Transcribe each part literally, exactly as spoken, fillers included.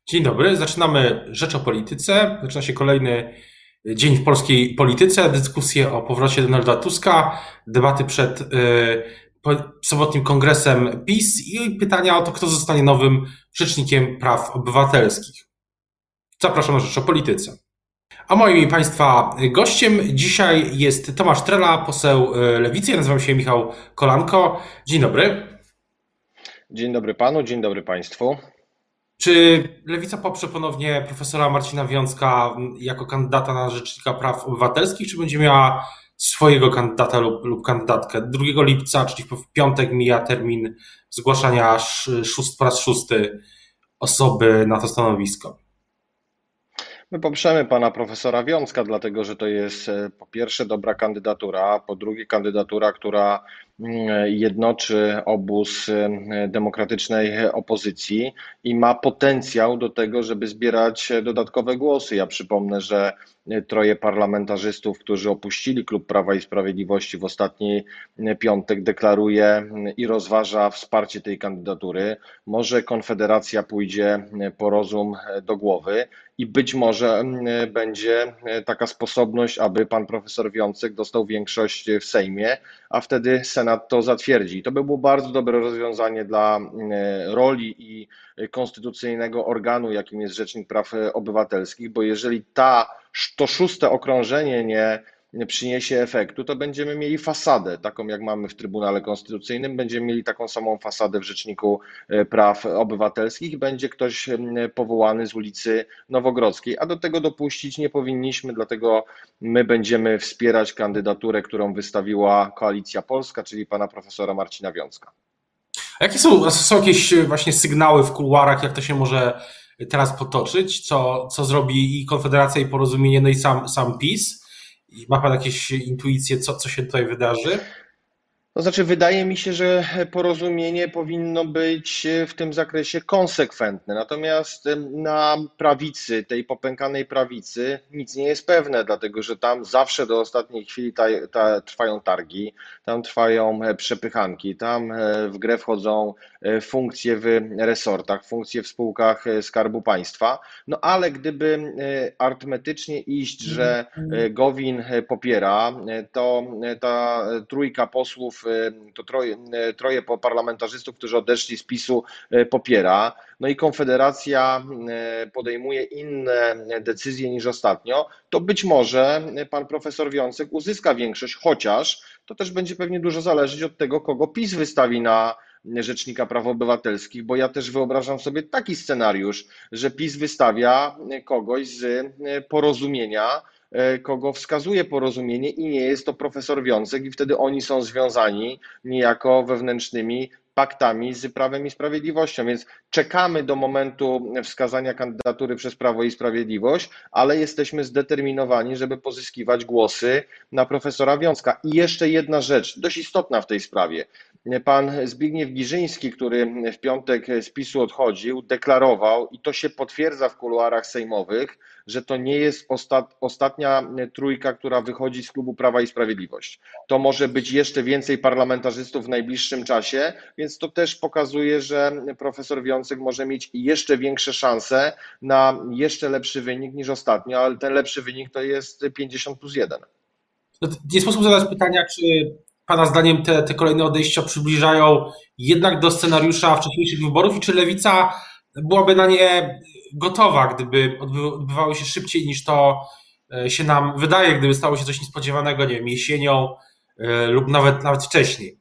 Dzień dobry, zaczynamy Rzecz o Polityce. Zaczyna się kolejny dzień w polskiej polityce, dyskusje o powrocie Donalda Tuska, debaty przed y, po- sobotnim kongresem PiS i pytania o to, kto zostanie nowym rzecznikiem praw obywatelskich. Zapraszam na Rzecz o Polityce. A moim i Państwa gościem dzisiaj jest Tomasz Trela, poseł y, Lewicy. Ja nazywam się Michał Kolanko. Dzień dobry. Dzień dobry panu, dzień dobry państwu. Czy Lewica poprze ponownie profesora Marcina Wiącka jako kandydata na rzecznika praw obywatelskich, czy będzie miała swojego kandydata lub, lub kandydatkę? drugiego lipca, czyli w piątek, mija termin zgłaszania sz- szóst, po raz szósty osoby na to stanowisko. My poprzemy pana profesora Wiącka, dlatego że to jest e, po pierwsze dobra kandydatura, a po drugie kandydatura, która mm, jednoczy obóz e, demokratycznej opozycji i ma potencjał do tego, żeby zbierać dodatkowe głosy. Ja przypomnę, że e, troje parlamentarzystów, którzy opuścili klub Prawa i Sprawiedliwości w ostatni e, piątek, deklaruje mm, i rozważa wsparcie tej kandydatury. Może Konfederacja pójdzie e, po rozum e, do głowy. I być może mm, będzie e, taka sposobność, aby pan profesor Wiącek dostał większość w Sejmie, a wtedy Senat to zatwierdzi. To by było bardzo dobre rozwiązanie dla mm, roli i konstytucyjnego organu, jakim jest Rzecznik Praw Obywatelskich, bo jeżeli ta, to szóste okrążenie nie nie przyniesie efektu, to będziemy mieli fasadę, taką jak mamy w Trybunale Konstytucyjnym, będziemy mieli taką samą fasadę w Rzeczniku e, Praw Obywatelskich i będzie ktoś mm, powołany z ulicy Nowogrodzkiej, a do tego dopuścić nie powinniśmy, dlatego my będziemy wspierać kandydaturę, którą wystawiła Koalicja Polska, czyli pana profesora Marcina Wiącka. A jakie są, są jakieś właśnie sygnały w kuluarach, jak to się może teraz potoczyć? Co, co zrobi i Konfederacja, i Porozumienie, no i sam, sam PiS? I ma Pan jakieś intuicje, co, co się tutaj wydarzy? To znaczy, wydaje mi się, że porozumienie powinno być w tym zakresie konsekwentne. Natomiast na prawicy, tej popękanej prawicy, nic nie jest pewne, dlatego że tam zawsze do ostatniej chwili ta, ta, trwają targi, tam trwają e, przepychanki, tam e, w grę wchodzą e, funkcje w resortach, funkcje w spółkach e, Skarbu Państwa. No ale gdyby e, arytmetycznie iść, że e, Gowin e, popiera, e, to e, ta trójka posłów, to troje, troje parlamentarzystów, którzy odeszli z PiSu, popiera. No i Konfederacja podejmuje inne decyzje niż ostatnio, to być może pan profesor Wiącek uzyska większość, chociaż to też będzie pewnie dużo zależeć od tego, kogo PiS wystawi na Rzecznika Praw Obywatelskich, bo ja też wyobrażam sobie taki scenariusz, że PiS wystawia kogoś z Porozumienia, kogo wskazuje Porozumienie i nie jest to profesor Wiącek i wtedy oni są związani niejako wewnętrznymi paktami z Prawem i Sprawiedliwością, więc czekamy do momentu wskazania kandydatury przez Prawo i Sprawiedliwość, ale jesteśmy zdeterminowani, żeby pozyskiwać głosy na profesora Wiącka. I jeszcze jedna rzecz, dość istotna w tej sprawie. Pan Zbigniew Giżyński, który w piątek z PiSu odchodził, deklarował, i to się potwierdza w kuluarach sejmowych, że to nie jest ostat, ostatnia trójka, która wychodzi z klubu Prawa i Sprawiedliwość. To może być jeszcze więcej parlamentarzystów w najbliższym czasie, więc to też pokazuje, że profesor Wiącek może mieć jeszcze większe szanse na jeszcze lepszy wynik niż ostatnio, ale ten lepszy wynik to jest pięćdziesiąt plus jeden. No, nie sposób zadać pytania, czy Pana zdaniem te, te kolejne odejścia przybliżają jednak do scenariusza wcześniejszych wyborów i czy Lewica byłaby na nie gotowa, gdyby odbywały się szybciej niż to e, się nam wydaje, gdyby stało się coś niespodziewanego, nie wiem, jesienią e, lub nawet, nawet wcześniej.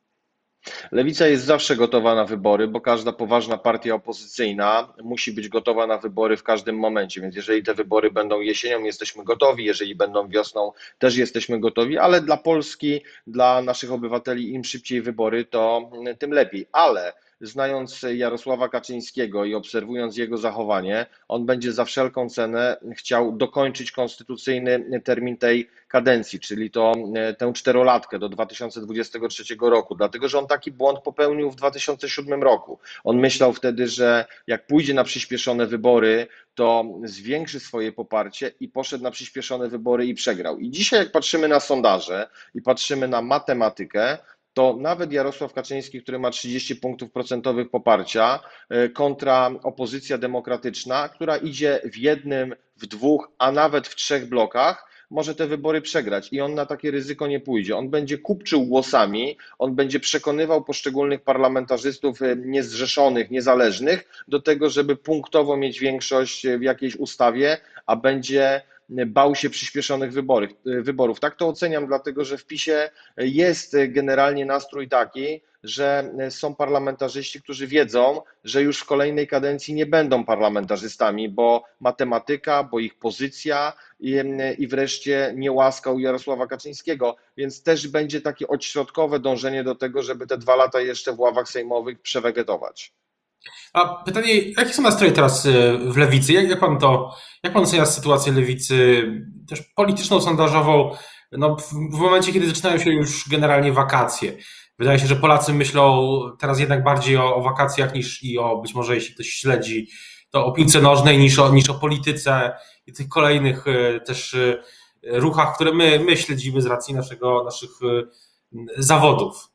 Lewica jest zawsze gotowa na wybory, bo każda poważna partia opozycyjna musi być gotowa na wybory w każdym momencie. Więc jeżeli te wybory będą jesienią, jesteśmy gotowi, jeżeli będą wiosną, też jesteśmy gotowi, ale dla Polski, dla naszych obywateli, im szybciej wybory, to tym lepiej. Ale znając Jarosława Kaczyńskiego i obserwując jego zachowanie, on będzie za wszelką cenę chciał dokończyć konstytucyjny termin tej kadencji, czyli to tę czterolatkę do dwa tysiące dwudziestego trzeciego roku, dlatego że on taki błąd popełnił w dwa tysiące siódmym roku. On myślał wtedy, że jak pójdzie na przyspieszone wybory, to zwiększy swoje poparcie i poszedł na przyspieszone wybory i przegrał. I dzisiaj jak patrzymy na sondaże i patrzymy na matematykę, to nawet Jarosław Kaczyński, który ma trzydzieści punktów procentowych poparcia, kontra opozycja demokratyczna, która idzie w jednym, w dwóch, a nawet w trzech blokach, może te wybory przegrać i on na takie ryzyko nie pójdzie. On będzie kupczył głosami, on będzie przekonywał poszczególnych parlamentarzystów niezrzeszonych, niezależnych do tego, żeby punktowo mieć większość w jakiejś ustawie, a będzie bał się przyspieszonych wyborów. wyborów. Tak to oceniam, dlatego że w PiSie jest generalnie nastrój taki, że są parlamentarzyści, którzy wiedzą, że już w kolejnej kadencji nie będą parlamentarzystami, bo matematyka, bo ich pozycja i, i wreszcie niełaska u Jarosława Kaczyńskiego, więc też będzie takie odśrodkowe dążenie do tego, żeby te dwa lata jeszcze w ławach sejmowych przewegetować. A pytanie, jakie są nastroje teraz w lewicy? Jak, jak pan to, jak pan ocenia sytuację lewicy, też polityczną, sondażową, no w, w momencie, kiedy zaczynają się już generalnie wakacje? Wydaje się, że Polacy myślą teraz jednak bardziej o, o wakacjach niż i o, być może jeśli ktoś śledzi, to o piłce nożnej niż o, niż o polityce i tych kolejnych też ruchach, które my, my śledzimy z racji naszego, naszych zawodów.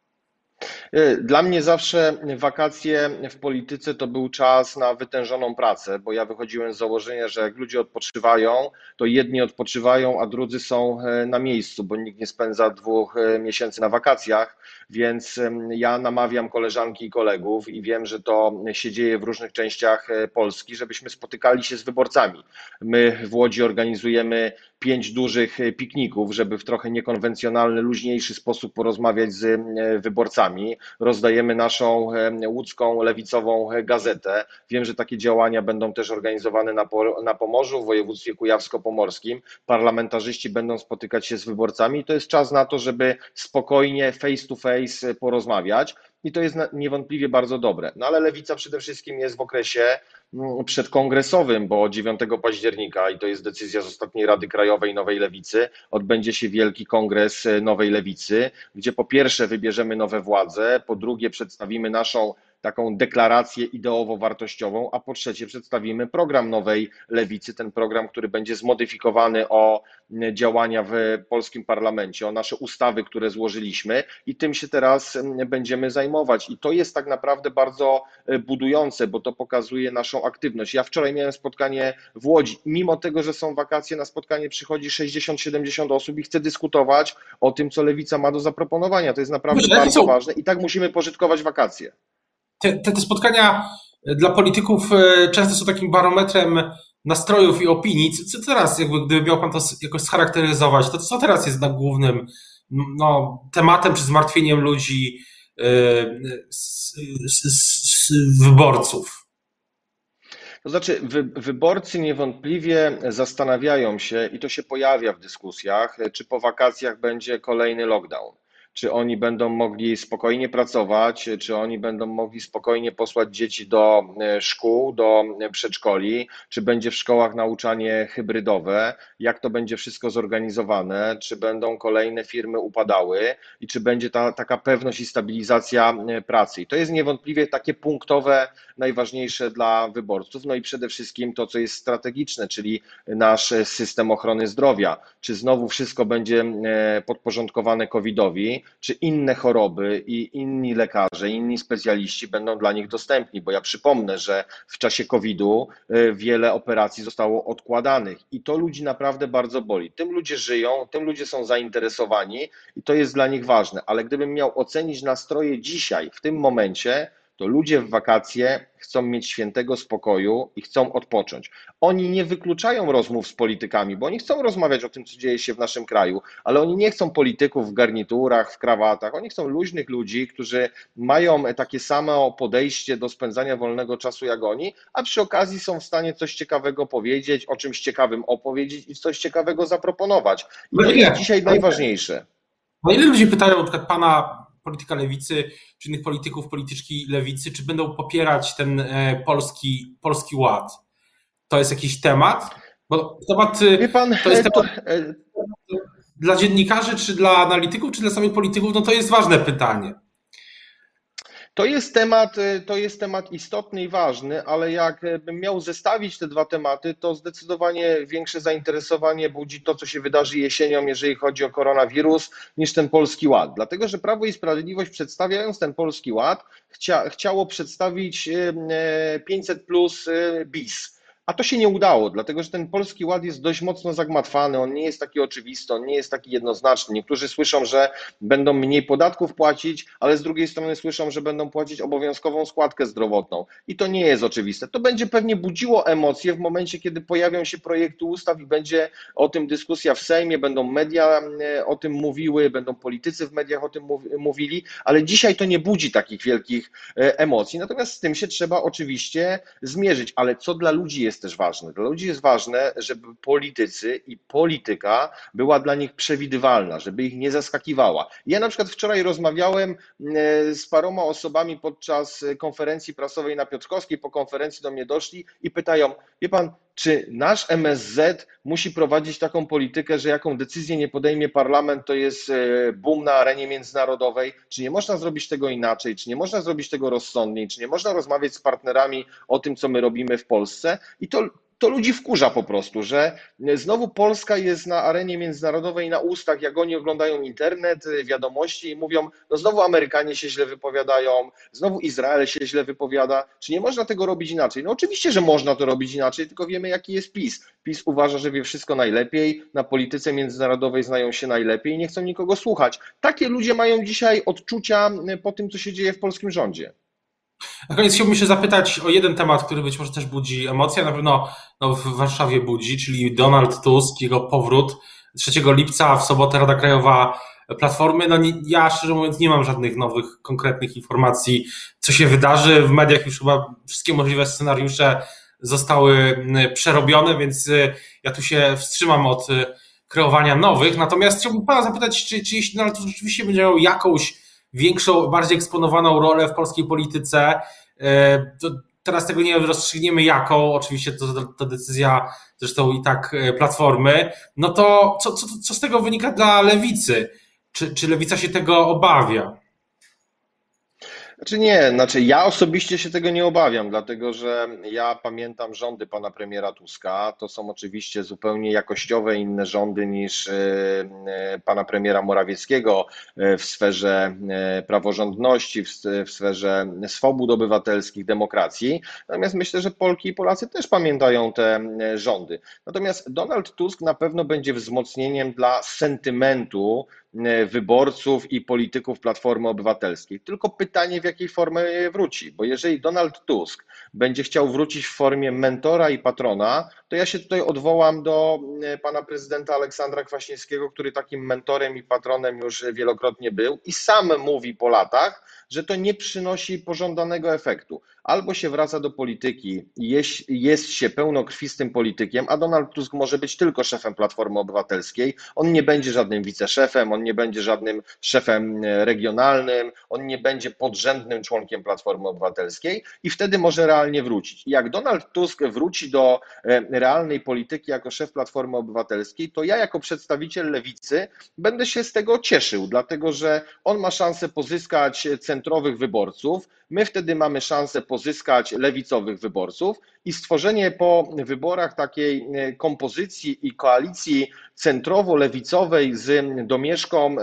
Dla mnie zawsze wakacje w polityce to był czas na wytężoną pracę, bo ja wychodziłem z założenia, że jak ludzie odpoczywają, to jedni odpoczywają, a drudzy są na miejscu, bo nikt nie spędza dwóch miesięcy na wakacjach, więc ja namawiam koleżanki i kolegów i wiem, że to się dzieje w różnych częściach Polski, żebyśmy spotykali się z wyborcami. My w Łodzi organizujemy pięć dużych pikników, żeby w trochę niekonwencjonalny, luźniejszy sposób porozmawiać z wyborcami. Rozdajemy naszą łódzką lewicową gazetę. Wiem, że takie działania będą też organizowane na, na Pomorzu, w województwie kujawsko-pomorskim. Parlamentarzyści będą spotykać się z wyborcami. To jest czas na to, żeby spokojnie, face to face porozmawiać. I to jest niewątpliwie bardzo dobre. No ale lewica przede wszystkim jest w okresie przedkongresowym, bo dziewiątego października, i to jest decyzja z ostatniej Rady Krajowej Nowej Lewicy, odbędzie się wielki kongres Nowej Lewicy, gdzie po pierwsze wybierzemy nowe władze, po drugie przedstawimy naszą taką deklarację ideowo-wartościową, a po trzecie przedstawimy program Nowej Lewicy, ten program, który będzie zmodyfikowany o działania w polskim parlamencie, o nasze ustawy, które złożyliśmy i tym się teraz będziemy zajmować. I to jest tak naprawdę bardzo budujące, bo to pokazuje naszą aktywność. Ja wczoraj miałem spotkanie w Łodzi, mimo tego, że są wakacje, na spotkanie przychodzi sześćdziesiąt siedemdziesiąt osób i chce dyskutować o tym, co Lewica ma do zaproponowania. To jest naprawdę Myślę, bardzo są... ważne i tak musimy pożytkować wakacje. Te, te, te spotkania dla polityków często są takim barometrem nastrojów i opinii. Co, co teraz, jakby, gdyby miał pan to jakoś scharakteryzować, to co teraz jest na głównym no, tematem czy zmartwieniem ludzi, yy, z, z, z wyborców? To znaczy, wy, wyborcy niewątpliwie zastanawiają się, i to się pojawia w dyskusjach, czy po wakacjach będzie kolejny lockdown. Czy oni będą mogli spokojnie pracować, czy oni będą mogli spokojnie posłać dzieci do szkół, do przedszkoli, czy będzie w szkołach nauczanie hybrydowe, jak to będzie wszystko zorganizowane, czy będą kolejne firmy upadały i czy będzie ta taka pewność i stabilizacja pracy. I to jest niewątpliwie takie punktowe, najważniejsze dla wyborców. No i przede wszystkim to, co jest strategiczne, czyli nasz system ochrony zdrowia. Czy znowu wszystko będzie podporządkowane kowitowi, czy inne choroby i inni lekarze, inni specjaliści będą dla nich dostępni, bo ja przypomnę, że w czasie kowida wiele operacji zostało odkładanych i to ludzi naprawdę bardzo boli. Tym ludzie żyją, tym ludzie są zainteresowani i to jest dla nich ważne, ale gdybym miał ocenić nastroje dzisiaj, w tym momencie, to ludzie w wakacje chcą mieć świętego spokoju i chcą odpocząć. Oni nie wykluczają rozmów z politykami, bo oni chcą rozmawiać o tym, co dzieje się w naszym kraju, ale oni nie chcą polityków w garniturach, w krawatach, oni chcą luźnych ludzi, którzy mają takie samo podejście do spędzania wolnego czasu jak oni, a przy okazji są w stanie coś ciekawego powiedzieć, o czymś ciekawym opowiedzieć i coś ciekawego zaproponować. I to jest dzisiaj najważniejsze. No ile ludzi pytają na przykład pana polityka lewicy, czy innych polityków, polityczki lewicy, czy będą popierać ten polski, polski ład? To jest jakiś temat? Bo temat, Wie pan, to jest to... temat dla dziennikarzy, czy dla analityków, czy dla samych polityków? No to jest ważne pytanie. To jest temat, to jest temat istotny i ważny, ale jakbym miał zestawić te dwa tematy, to zdecydowanie większe zainteresowanie budzi to, co się wydarzy jesienią, jeżeli chodzi o koronawirus, niż ten Polski Ład. Dlatego, że Prawo i Sprawiedliwość, przedstawiając ten Polski Ład, chcia, chciało przedstawić pięćset plus bis. A to się nie udało, dlatego że ten Polski Ład jest dość mocno zagmatwany, on nie jest taki oczywisty, on nie jest taki jednoznaczny. Niektórzy słyszą, że będą mniej podatków płacić, ale z drugiej strony słyszą, że będą płacić obowiązkową składkę zdrowotną. I to nie jest oczywiste. To będzie pewnie budziło emocje w momencie, kiedy pojawią się projekty ustaw i będzie o tym dyskusja w Sejmie, będą media o tym mówiły, będą politycy w mediach o tym mówili, ale dzisiaj to nie budzi takich wielkich emocji. Natomiast z tym się trzeba oczywiście zmierzyć. Ale co dla ludzi jest też ważne? Dla ludzi jest ważne, żeby politycy i polityka była dla nich przewidywalna, żeby ich nie zaskakiwała. Ja na przykład wczoraj rozmawiałem z paroma osobami podczas konferencji prasowej na Piotrkowskiej, po konferencji do mnie doszli i pytają, wie pan, czy nasz M S Z musi prowadzić taką politykę, że jaką decyzję nie podejmie parlament, to jest boom na arenie międzynarodowej? Czy nie można zrobić tego inaczej? Czy nie można zrobić tego rozsądniej? Czy nie można rozmawiać z partnerami o tym, co my robimy w Polsce? I to to ludzi wkurza po prostu, że znowu Polska jest na arenie międzynarodowej na ustach, jak oni oglądają internet, wiadomości i mówią, no znowu Amerykanie się źle wypowiadają, znowu Izrael się źle wypowiada. Czy nie można tego robić inaczej? No oczywiście, że można to robić inaczej, tylko wiemy, jaki jest PiS. PiS uważa, że wie wszystko najlepiej, na polityce międzynarodowej znają się najlepiej i nie chcą nikogo słuchać. Takie ludzie mają dzisiaj odczucia po tym, co się dzieje w polskim rządzie. Na koniec chciałbym się zapytać o jeden temat, który być może też budzi emocje, na pewno no, w Warszawie budzi, czyli Donald Tusk, jego powrót. trzeciego lipca w sobotę Rada Krajowa Platformy. No nie, ja szczerze mówiąc nie mam żadnych nowych, konkretnych informacji, co się wydarzy. W mediach już chyba wszystkie możliwe scenariusze zostały przerobione, więc ja tu się wstrzymam od kreowania nowych. Natomiast chciałbym pana zapytać, czy, czy jeśli Donald Tusk rzeczywiście będzie miał jakąś większą, bardziej eksponowaną rolę w polskiej polityce. To teraz tego nie rozstrzygniemy jaką, oczywiście to, to decyzja zresztą i tak Platformy. No to co, co, co z tego wynika dla Lewicy? Czy, czy Lewica się tego obawia? Znaczy nie, znaczy ja osobiście się tego nie obawiam, dlatego że ja pamiętam rządy pana premiera Tuska. To są oczywiście zupełnie jakościowe inne rządy niż e, e, pana premiera Morawieckiego e, w sferze e, praworządności, w, w sferze swobód obywatelskich, demokracji. Natomiast myślę, że Polki i Polacy też pamiętają te e, rządy. Natomiast Donald Tusk na pewno będzie wzmocnieniem dla sentymentu e, wyborców i polityków Platformy Obywatelskiej. Tylko pytanie, w jakiej formie wróci, bo jeżeli Donald Tusk będzie chciał wrócić w formie mentora i patrona, to ja się tutaj odwołam do pana prezydenta Aleksandra Kwaśniewskiego, który takim mentorem i patronem już wielokrotnie był i sam mówi po latach, że to nie przynosi pożądanego efektu. Albo się wraca do polityki i jest, jest się pełnokrwistym politykiem, a Donald Tusk może być tylko szefem Platformy Obywatelskiej. On nie będzie żadnym wiceszefem, on nie będzie żadnym szefem regionalnym, on nie będzie podrzędnym członkiem Platformy Obywatelskiej i wtedy może realnie wrócić. I jak Donald Tusk wróci do realnej polityki jako szef Platformy Obywatelskiej, to ja jako przedstawiciel Lewicy będę się z tego cieszył, dlatego że on ma szansę pozyskać centrowych wyborców, my wtedy mamy szansę pozyskać lewicowych wyborców i stworzenie po wyborach takiej kompozycji i koalicji centrowo-lewicowej z domieszką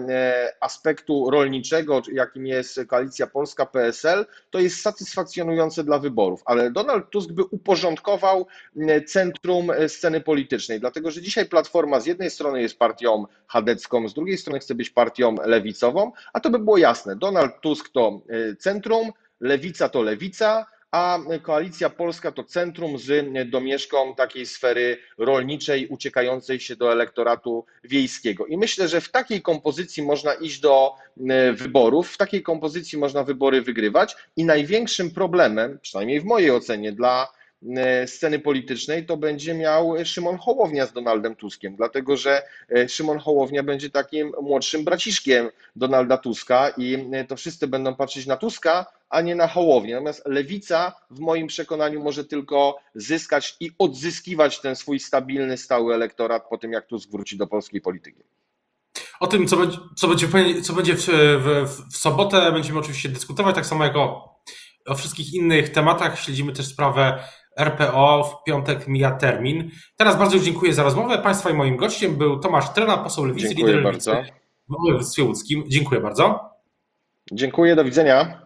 aspektu rolniczego, jakim jest Koalicja Polska P S L, to jest satysfakcjonujące dla wyborów. Ale Donald Tusk by uporządkował centrum sceny politycznej, dlatego że dzisiaj Platforma z jednej strony jest partią chadecką, z drugiej strony chce być partią lewicową, a to by było jasne. Donald Tusk to centrum, Lewica to lewica, a Koalicja Polska to centrum z domieszką takiej sfery rolniczej uciekającej się do elektoratu wiejskiego. I myślę, że w takiej kompozycji można iść do wyborów, w takiej kompozycji można wybory wygrywać i największym problemem, przynajmniej w mojej ocenie, dla sceny politycznej to będzie miał Szymon Hołownia z Donaldem Tuskiem, dlatego że Szymon Hołownia będzie takim młodszym braciszkiem Donalda Tuska i to wszyscy będą patrzeć na Tuska, a nie na Hołownię. Natomiast Lewica w moim przekonaniu może tylko zyskać i odzyskiwać ten swój stabilny, stały elektorat po tym, jak Tusk wróci do polskiej polityki. O tym, co będzie, co będzie, w, co będzie w, w, w sobotę, będziemy oczywiście dyskutować, tak samo jak o, o wszystkich innych tematach. Śledzimy też sprawę R P O, w piątek mija termin. Teraz bardzo już dziękuję za rozmowę. Państwa i moim gościem był Tomasz Trela, poseł Lewicy, Dziękuję lider Lewicy bardzo. w województwie łódzkim. Dziękuję bardzo. Dziękuję, do widzenia.